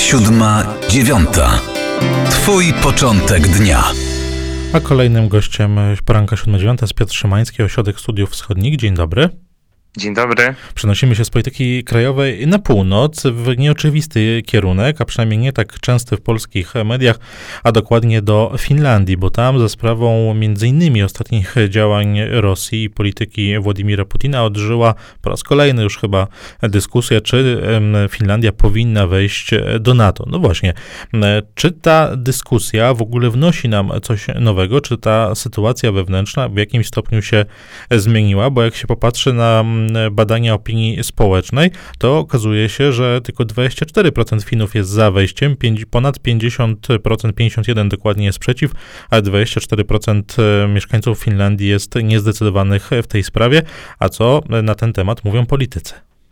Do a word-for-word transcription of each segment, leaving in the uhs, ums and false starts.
Siódma, dziewiąta. Twój początek dnia. A kolejnym gościem poranka siódma dziewiąta jest Piotr Szymański, Ośrodek Studiów Wschodnich. Dzień dobry. Dzień dobry. Przenosimy się z polityki krajowej na północ w nieoczywisty kierunek, a przynajmniej nie tak częsty w polskich mediach, a dokładnie do Finlandii, bo tam za sprawą między innymi ostatnich działań Rosji i polityki Władimira Putina odżyła po raz kolejny już chyba dyskusja, czy Finlandia powinna wejść do NATO. No właśnie, czy ta dyskusja w ogóle wnosi nam coś nowego, czy ta sytuacja wewnętrzna w jakimś stopniu się zmieniła, bo jak się popatrzy na badania opinii społecznej, to okazuje się, że tylko dwadzieścia cztery procent Finów jest za wejściem, ponad pięćdziesiąt procent, pięćdziesiąt jeden procent dokładnie jest przeciw, a dwadzieścia cztery procent mieszkańców Finlandii jest niezdecydowanych w tej sprawie. A co na ten temat mówią politycy?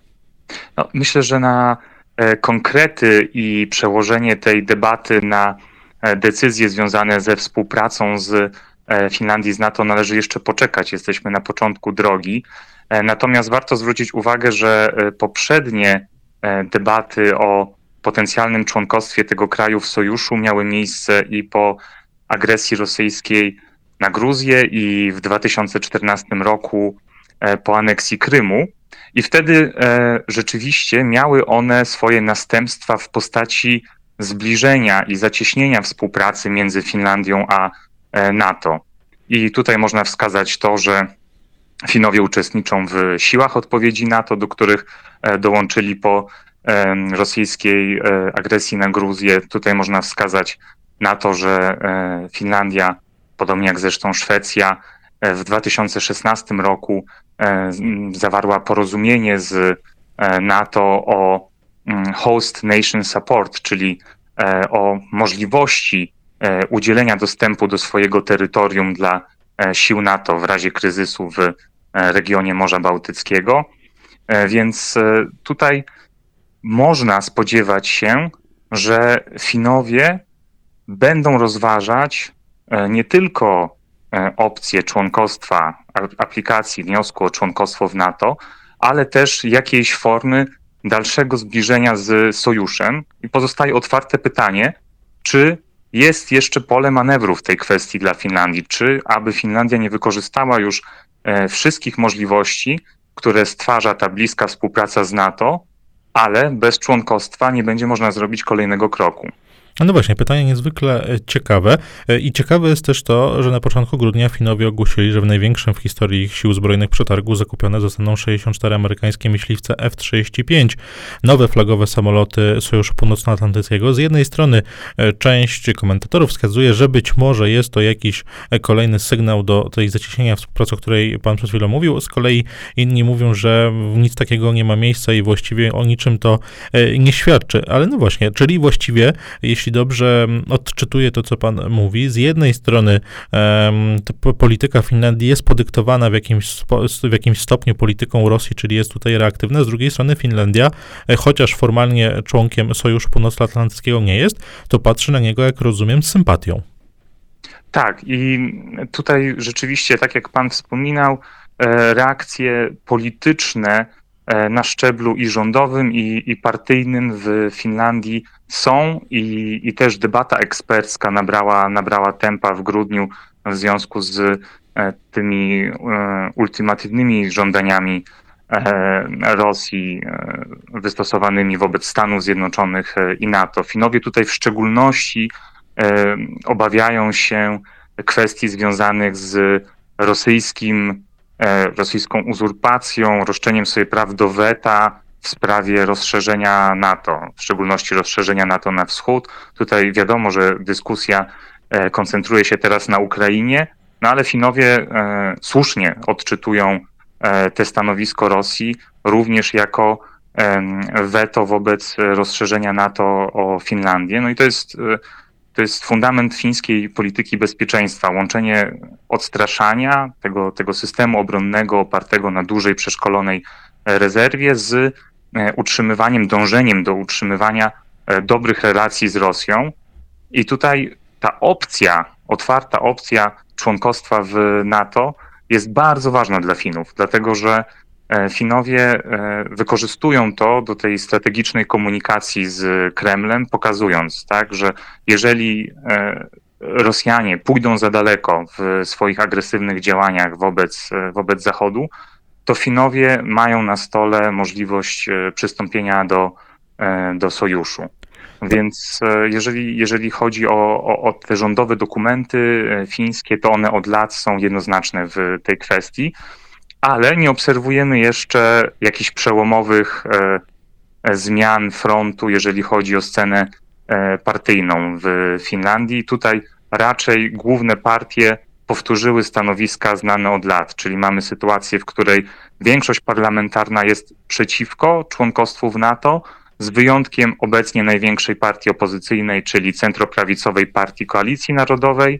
No, myślę, że na konkrety i przełożenie tej debaty na decyzje związane ze współpracą z Finlandii z NATO należy jeszcze poczekać. Jesteśmy na początku drogi. Natomiast warto zwrócić uwagę, że poprzednie debaty o potencjalnym członkostwie tego kraju w sojuszu miały miejsce i po agresji rosyjskiej na Gruzję i w dwa tysiące czternastym roku po aneksji Krymu. I wtedy rzeczywiście miały one swoje następstwa w postaci zbliżenia i zacieśnienia współpracy między Finlandią a NATO. I tutaj można wskazać to, że Finowie uczestniczą w siłach odpowiedzi NATO, do których dołączyli po rosyjskiej agresji na Gruzję. Tutaj można wskazać na to, że Finlandia, podobnie jak zresztą Szwecja, w dwa tysiące szesnastym roku zawarła porozumienie z NATO o Host Nation Support, czyli o możliwości udzielenia dostępu do swojego terytorium dla sił NATO w razie kryzysu w regionie Morza Bałtyckiego. Więc tutaj można spodziewać się, że Finowie będą rozważać nie tylko opcję członkostwa, aplikacji wniosku o członkostwo w NATO, ale też jakiejś formy dalszego zbliżenia z sojuszem. I pozostaje otwarte pytanie, czy jest jeszcze pole manewru w tej kwestii dla Finlandii, czy aby Finlandia nie wykorzystała już wszystkich możliwości, które stwarza ta bliska współpraca z NATO, ale bez członkostwa nie będzie można zrobić kolejnego kroku. No właśnie, pytanie niezwykle ciekawe i ciekawe jest też to, że na początku grudnia Finowie ogłosili, że w największym w historii ich sił zbrojnych przetargu zakupione zostaną sześćdziesiąt cztery amerykańskie myśliwce F trzydzieści pięć, nowe flagowe samoloty Sojuszu Północnoatlantyckiego. Z jednej strony część komentatorów wskazuje, że być może jest to jakiś kolejny sygnał do tej zacieśnienia współpracy, o której pan przed chwilą mówił, z kolei inni mówią, że nic takiego nie ma miejsca i właściwie o niczym to nie świadczy. Ale no właśnie, czyli właściwie, jeśli Jeśli dobrze odczytuję to, co pan mówi, z jednej strony um, polityka Finlandii jest podyktowana w jakimś, spo, w jakimś stopniu polityką Rosji, czyli jest tutaj reaktywna, z drugiej strony Finlandia, chociaż formalnie członkiem Sojuszu Północnoatlantyckiego nie jest, to patrzy na niego, jak rozumiem, z sympatią. Tak, i tutaj rzeczywiście, tak jak pan wspominał, reakcje polityczne na szczeblu i rządowym, i, i partyjnym w Finlandii są i, i też debata ekspercka nabrała, nabrała tempa w grudniu w związku z tymi e, ultimatywnymi żądaniami e, Rosji e, wystosowanymi wobec Stanów Zjednoczonych i NATO. Finowie tutaj w szczególności e, obawiają się kwestii związanych z rosyjskim rosyjską uzurpacją, roszczeniem sobie praw do weta w sprawie rozszerzenia NATO, w szczególności rozszerzenia NATO na wschód. Tutaj wiadomo, że dyskusja koncentruje się teraz na Ukrainie, no ale Finowie słusznie odczytują te stanowisko Rosji również jako weto wobec rozszerzenia NATO o Finlandię. No i to jest To jest fundament fińskiej polityki bezpieczeństwa, łączenie odstraszania tego, tego systemu obronnego opartego na dużej, przeszkolonej rezerwie z utrzymywaniem, dążeniem do utrzymywania dobrych relacji z Rosją. I tutaj ta opcja, otwarta opcja członkostwa w NATO jest bardzo ważna dla Finów, dlatego że Finowie wykorzystują to do tej strategicznej komunikacji z Kremlem, pokazując, tak, że jeżeli Rosjanie pójdą za daleko w swoich agresywnych działaniach wobec, wobec Zachodu, to Finowie mają na stole możliwość przystąpienia do, do sojuszu. Więc jeżeli, jeżeli chodzi o, o, o te rządowe dokumenty fińskie, to one od lat są jednoznaczne w tej kwestii, ale nie obserwujemy jeszcze jakichś przełomowych e, zmian frontu, jeżeli chodzi o scenę e, partyjną w Finlandii. Tutaj raczej główne partie powtórzyły stanowiska znane od lat, czyli mamy sytuację, w której większość parlamentarna jest przeciwko członkostwu w NATO, z wyjątkiem obecnie największej partii opozycyjnej, czyli centroprawicowej Partii Koalicji Narodowej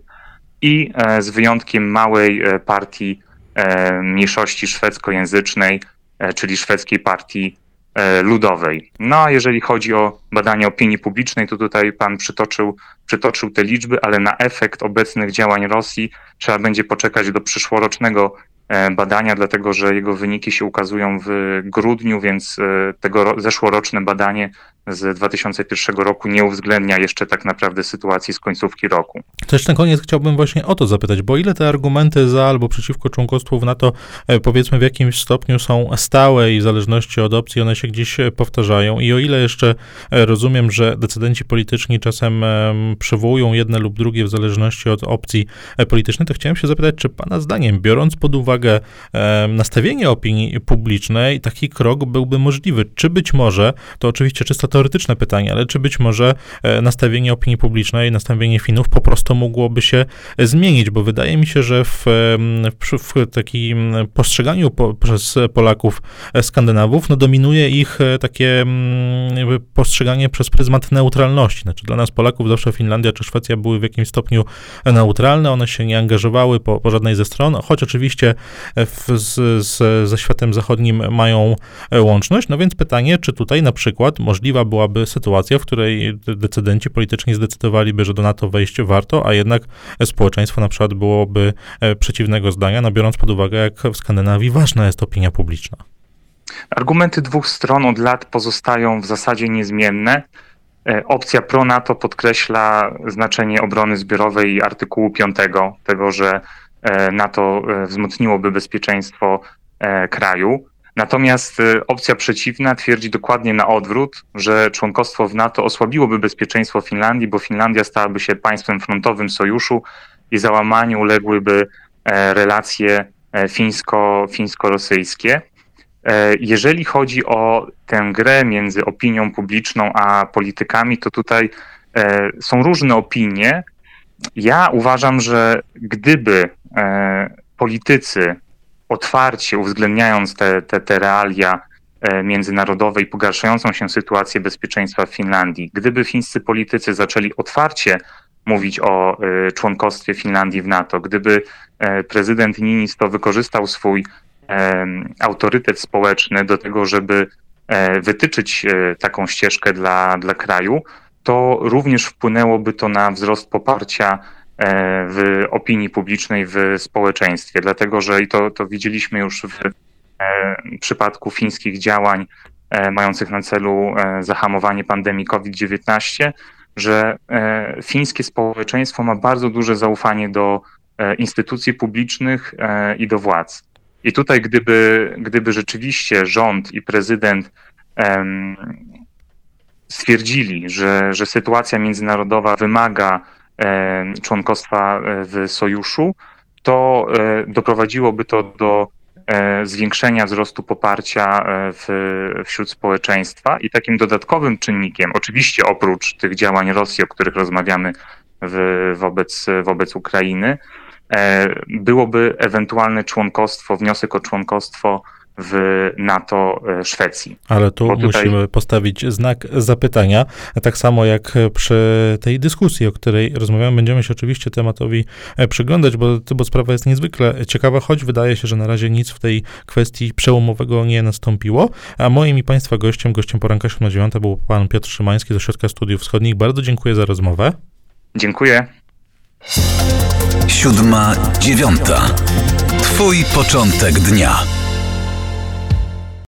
i e, z wyjątkiem małej e, partii e, mniejszości szwedzkojęzycznej, e, czyli Szwedzkiej Partii e, Ludowej. No a jeżeli chodzi o badania opinii publicznej, to tutaj pan przytoczył, przytoczył te liczby, ale na efekt obecnych działań Rosji trzeba będzie poczekać do przyszłorocznego badania, dlatego że jego wyniki się ukazują w grudniu, więc tego zeszłoroczne badanie z dwa tysiące pierwszego roku nie uwzględnia jeszcze tak naprawdę sytuacji z końcówki roku. To jeszcze na koniec chciałbym właśnie o to zapytać, bo ile te argumenty za albo przeciwko członkostwu w NATO, powiedzmy, w jakimś stopniu są stałe i w zależności od opcji one się gdzieś powtarzają i o ile jeszcze rozumiem, że decydenci polityczni czasem przywołują jedne lub drugie w zależności od opcji politycznej, to chciałem się zapytać, czy pana zdaniem, biorąc pod uwagę nastawienie opinii publicznej, taki krok byłby możliwy? Czy być może, to oczywiście czysto teoretyczne pytanie, ale czy być może nastawienie opinii publicznej, nastawienie Finów po prostu mogłoby się zmienić? Bo wydaje mi się, że w, w, w takim postrzeganiu po, przez Polaków Skandynawów, no dominuje ich takie jakby postrzeganie przez pryzmat neutralności. Znaczy dla nas Polaków zawsze Finlandia czy Szwecja były w jakimś stopniu neutralne, one się nie angażowały po, po żadnej ze stron, choć oczywiście w, z, z, ze światem zachodnim mają łączność. No więc pytanie, czy tutaj na przykład możliwa byłaby sytuacja, w której decydenci polityczni zdecydowaliby, że do NATO wejść warto, a jednak społeczeństwo na przykład byłoby przeciwnego zdania, no biorąc pod uwagę, jak w Skandynawii ważna jest opinia publiczna. Argumenty dwóch stron od lat pozostają w zasadzie niezmienne. Opcja pro-NATO podkreśla znaczenie obrony zbiorowej i artykułu piątego, tego, że NATO wzmocniłoby bezpieczeństwo kraju. Natomiast opcja przeciwna twierdzi dokładnie na odwrót, że członkostwo w NATO osłabiłoby bezpieczeństwo Finlandii, bo Finlandia stałaby się państwem frontowym sojuszu i załamaniu uległyby relacje fińsko, fińsko-rosyjskie. Jeżeli chodzi o tę grę między opinią publiczną a politykami, to tutaj są różne opinie. Ja uważam, że gdyby politycy otwarcie uwzględniając te, te, te realia międzynarodowe i pogarszającą się sytuację bezpieczeństwa w Finlandii, gdyby fińscy politycy zaczęli otwarcie mówić o członkostwie Finlandii w NATO, gdyby prezydent Niinisto wykorzystał swój autorytet społeczny do tego, żeby wytyczyć taką ścieżkę dla, dla kraju, to również wpłynęłoby to na wzrost poparcia w opinii publicznej, w społeczeństwie, dlatego że i to, to widzieliśmy już w przypadku fińskich działań mających na celu zahamowanie pandemii kowid dziewiętnaście, że fińskie społeczeństwo ma bardzo duże zaufanie do instytucji publicznych i do władz. I tutaj gdyby, gdyby rzeczywiście rząd i prezydent um, stwierdzili, że, że sytuacja międzynarodowa wymaga um, członkostwa w sojuszu, to um, doprowadziłoby to do um, zwiększenia wzrostu poparcia w, wśród społeczeństwa i takim dodatkowym czynnikiem, oczywiście oprócz tych działań Rosji, o których rozmawiamy w, wobec, wobec Ukrainy, byłoby ewentualne członkostwo, wniosek o członkostwo w NATO Szwecji. Ale tu tutaj musimy postawić znak zapytania, tak samo jak przy tej dyskusji, o której rozmawiamy, będziemy się oczywiście tematowi przyglądać, bo, bo sprawa jest niezwykle ciekawa, choć wydaje się, że na razie nic w tej kwestii przełomowego nie nastąpiło, a moim i Państwa gościem, gościem poranka siódma dziewiąta był pan Piotr Szymański z Ośrodka Studiów Wschodnich. Bardzo dziękuję za rozmowę. Dziękuję. Siódma dziewiąta. Twój początek dnia.